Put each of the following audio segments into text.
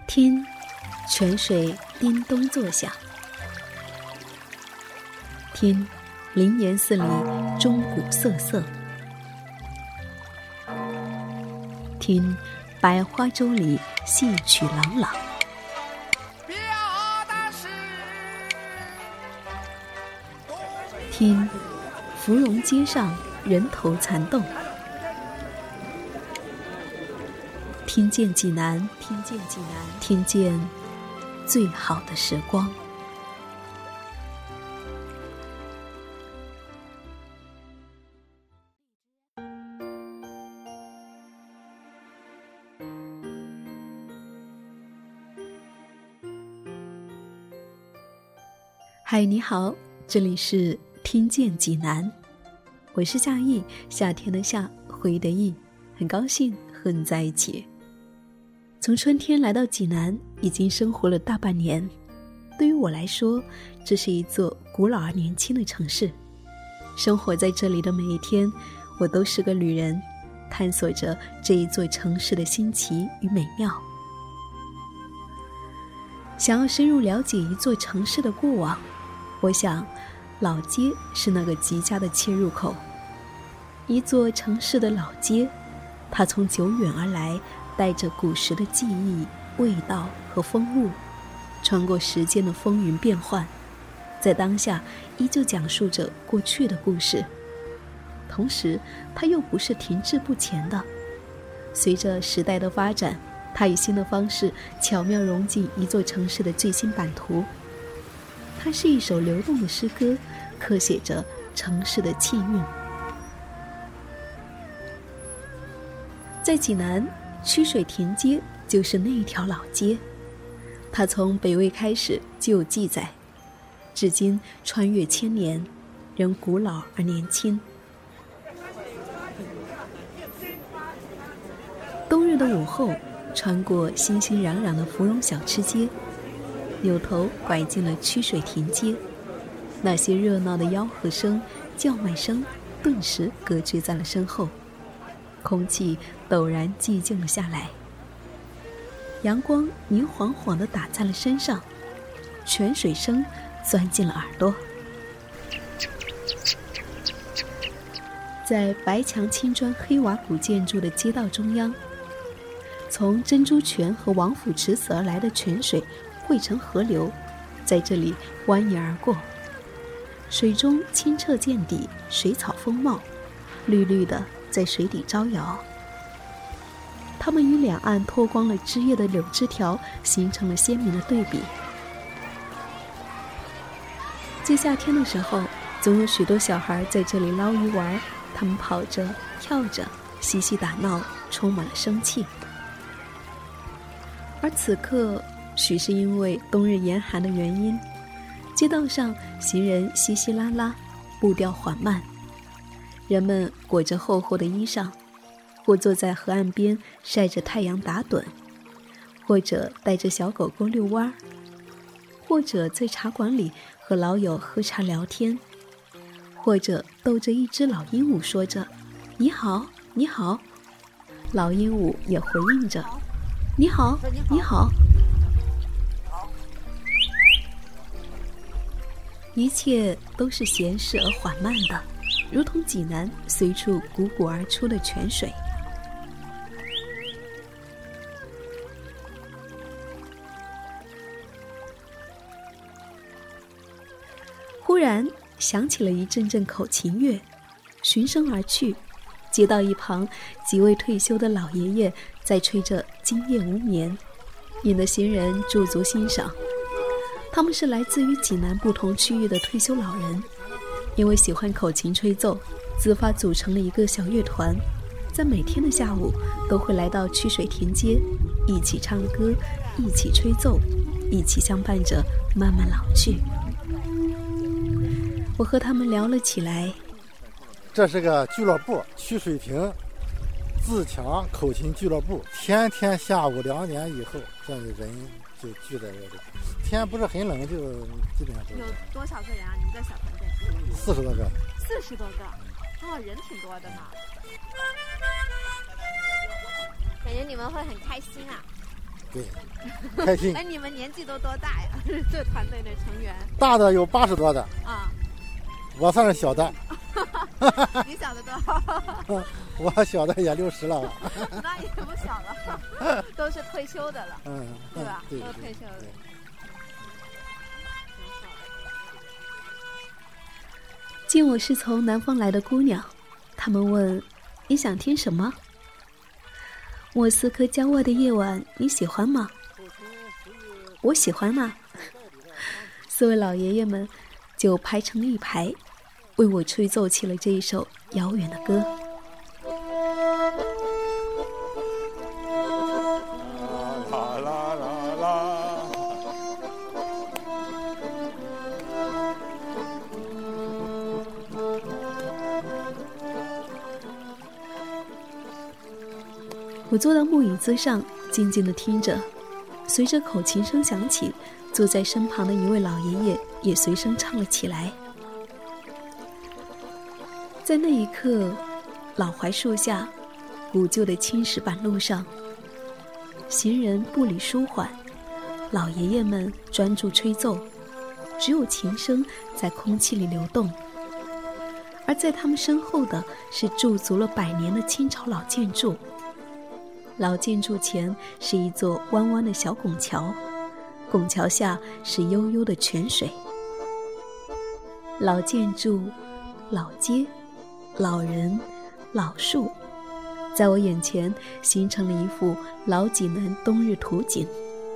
听，泉水叮咚作响；听，灵岩寺里钟鼓瑟瑟；听，百花洲里戏曲朗朗；听，芙蓉街上人头攒动；听见济南，听见最好的时光。嗨，你好，这里是听见济南，我是夏意，夏天的夏，回的意，很高兴和你在一起。从春天来到济南，已经生活了大半年。对于我来说，这是一座古老而年轻的城市。生活在这里的每一天，我都是个旅人，探索着这一座城市的新奇与美妙。想要深入了解一座城市的过往，我想老街是那个极佳的切入口。一座城市的老街，它从久远而来，带着古时的记忆、味道和风物，穿过时间的风云变幻，在当下依旧讲述着过去的故事。同时它又不是停滞不前的，随着时代的发展，它以新的方式巧妙融进一座城市的最新版图。它是一首流动的诗歌，刻写着城市的气韵。在济南，曲水亭街就是那一条老街，它从北魏开始就有记载，至今穿越千年，仍古老而年轻。冬日的午后，穿过熙熙攘攘的芙蓉小吃街，扭头拐进了曲水亭街，那些热闹的吆喝声、叫卖声顿时隔绝在了身后，空气陡然寂静了下来。阳光明晃晃地打在了身上，泉水声钻进了耳朵。在白墙青砖黑瓦古建筑的街道中央，从珍珠泉和王府池子而来的泉水汇成河流，在这里蜿蜒而过，水中清澈见底，水草丰茂，绿绿的在水底招摇。它们与两岸脱光了枝叶的柳枝条形成了鲜明的对比。在夏天的时候，总有许多小孩在这里捞鱼玩，他们跑着跳着嬉戏打闹，充满了生气。而此刻，许是因为冬日严寒的原因，街道上行人稀稀拉拉，步调缓慢，人们裹着厚厚的衣裳，或坐在河岸边晒着太阳打盹，或者带着小狗狗遛弯，或者在茶馆里和老友喝茶聊天，或者逗着一只老鹦鹉说着你好你好，老鹦鹉也回应着你好你好。一切都是闲适而缓慢的，如同济南随处汩汩而出的泉水。忽然响起了一阵阵口琴乐，循声而去，街道一旁几位退休的老爷爷在吹着今夜无眠，引得行人驻足欣赏。他们是来自于济南不同区域的退休老人，因为喜欢口琴吹奏，自发组成了一个小乐团，在每天的下午都会来到曲水亭街，一起唱歌，一起吹奏，一起相伴着慢慢老去。我和他们聊了起来。 这是个俱乐部，曲水亭自强口琴俱乐部，天天下午2点以后，这里人就聚在这里。天不是很冷，就基本上都有多少个人啊？你们这小团队 ？40多个。 40多个，哦，人挺多的呢。感觉你们会很开心啊。 对，开心。 哎，你们年纪都多大呀？这团队的成员？ 大的有80多的啊， 我算是小的。 你小的多少？ 我小的也60了。 那也不小了，都是退休的了，对吧？ 对， 都退休的。 见我是从南方来的姑娘，他们问你想听什么？莫斯科郊外的夜晚你喜欢吗？我喜欢嘛。4位老爷爷们就排成一排，为我吹奏起了这一首遥远的歌。 啦啦啦啦。 我坐到木椅子上，静静地听着，随着口琴声响起，坐在身旁的一位老爷爷也随声唱了起来。在那一刻，老槐树下，古旧的青石板路上，行人步履舒缓，老爷爷们专注吹奏，只有琴声在空气里流动。而在他们身后的是驻足了100年的清朝老建筑，老建筑前是一座弯弯的小拱桥，拱桥下是悠悠的泉水。老建筑、老街、老人、老树，在我眼前形成了一幅老济南冬日图景。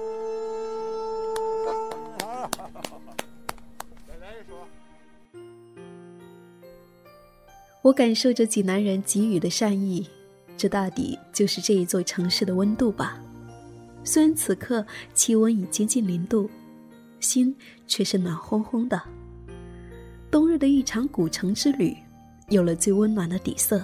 我感受着济南人给予的善意，这大抵就是这一座城市的温度吧。虽然此刻气温已接近0度，心却是暖烘烘的。冬日的一场古城之旅，有了最温暖的底色。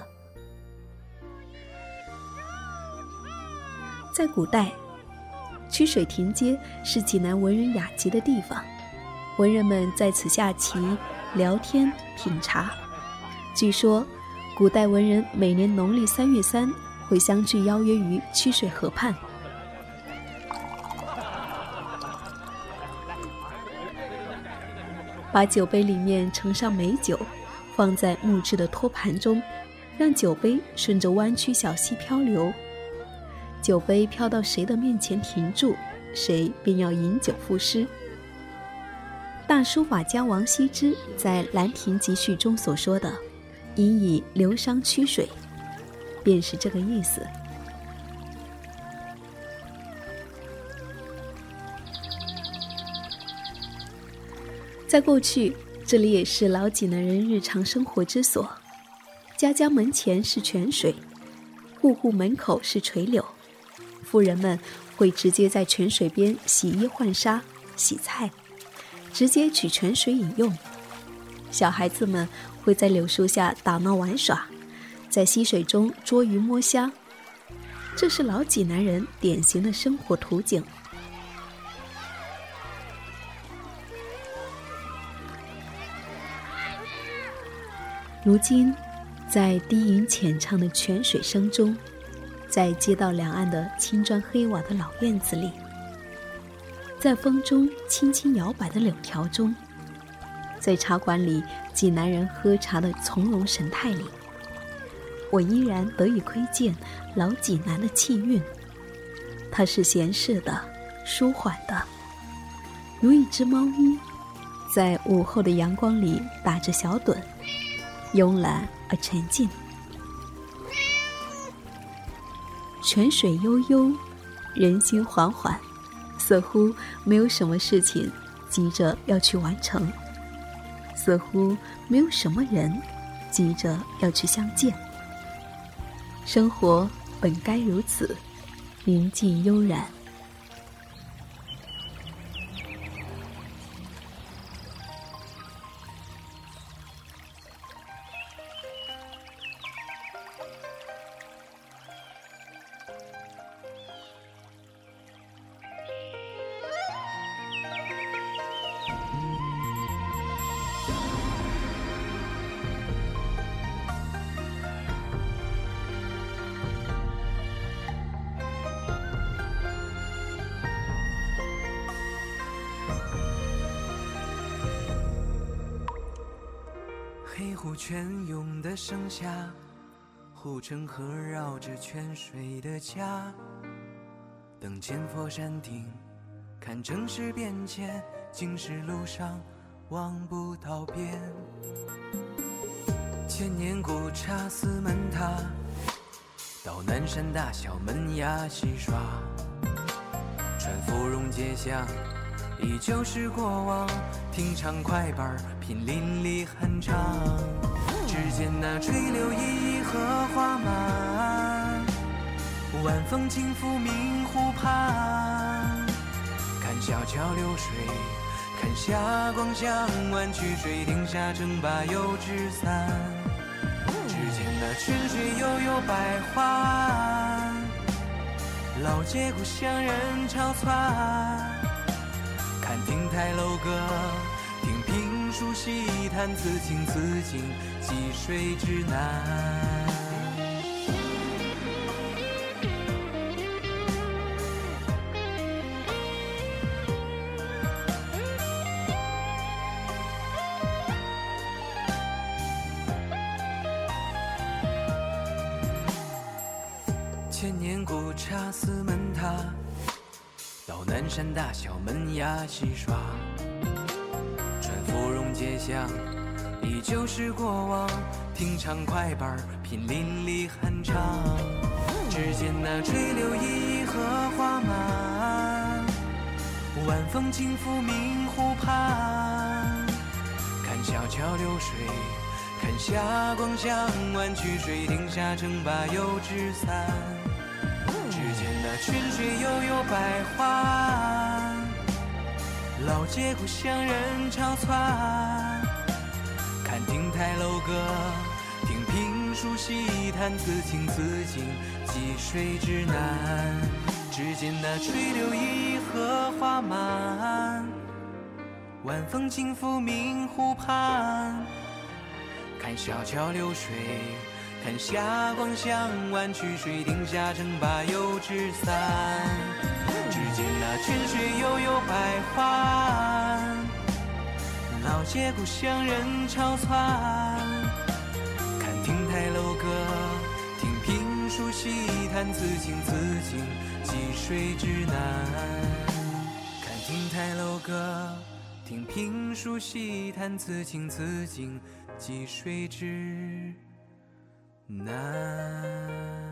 在古代，曲水亭街是济南文人雅集的地方，文人们在此下棋、聊天、品茶。据说古代文人每年农历3月3会相聚邀约于曲水河畔，把酒杯里面盛上美酒，放在木质的托盘中，让酒杯顺着弯曲小溪漂流。酒杯飘到谁的面前停住，谁便要饮酒赋诗。大书法家王羲之在《兰亭集序》中所说的饮以流觞曲水，便是这个意思。在过去，这里也是老济南人日常生活之所，家家门前是泉水，户户门口是垂柳，妇人们会直接在泉水边洗衣换纱、洗菜，直接取泉水饮用。小孩子们会在柳树下打闹玩耍，在溪水中捉鱼摸虾，这是老济南人典型的生活图景。如今，在低吟浅唱的泉水声中，在街道两岸的青砖黑瓦的老院子里，在风中轻轻摇摆的柳条中，在茶馆里济南人喝茶的从容神态里，我依然得以窥见老济南的气韵。它是闲适的、舒缓的，如一只猫咪，在午后的阳光里打着小盹，慵懒而沉静。泉水悠悠，人心缓缓，似乎没有什么事情急着要去完成，似乎没有什么人急着要去相见。生活本该如此，宁静悠然。 湖泉涌的盛夏，护城河绕着泉水的家，等见佛山顶，看城市变迁，经世路上望不到边。千年古刹四门塔，到南山大小门牙戏耍，穿芙蓉街巷，依旧是过往，听唱快板，品淋漓酣畅。只见那垂柳依依荷花满，晚风轻拂明湖畔。看小桥流水，看霞光向晚曲水亭下正把油纸伞。只见那泉水悠悠百花岸，老街故乡人潮窜。看亭台楼阁，听评书细谈，此情此景，济水之难。千年古刹四门塔，到南山大小门牙戏耍，穿芙蓉街巷，依旧是过往，听唱快板，品淋漓酣畅。只见那垂柳依依荷花满，晚风轻拂明湖畔。看小桥流水，看霞光向晚曲水亭下正把油纸伞。只见那泉水悠悠百花岸，老街故乡人潮窜。看亭台楼阁，听评书细谈，此情此景，济水之难。只见那垂柳依依荷花满，晚风轻拂明湖畔。看小桥流水，看霞光向晚曲水亭下正把油纸伞。只见那泉水悠悠百花岸，老街故乡人潮窜。看亭台楼阁，听评书细谈，此情此景，济水之难。看亭台楼阁，听评书细谈，此情此景，济水之难。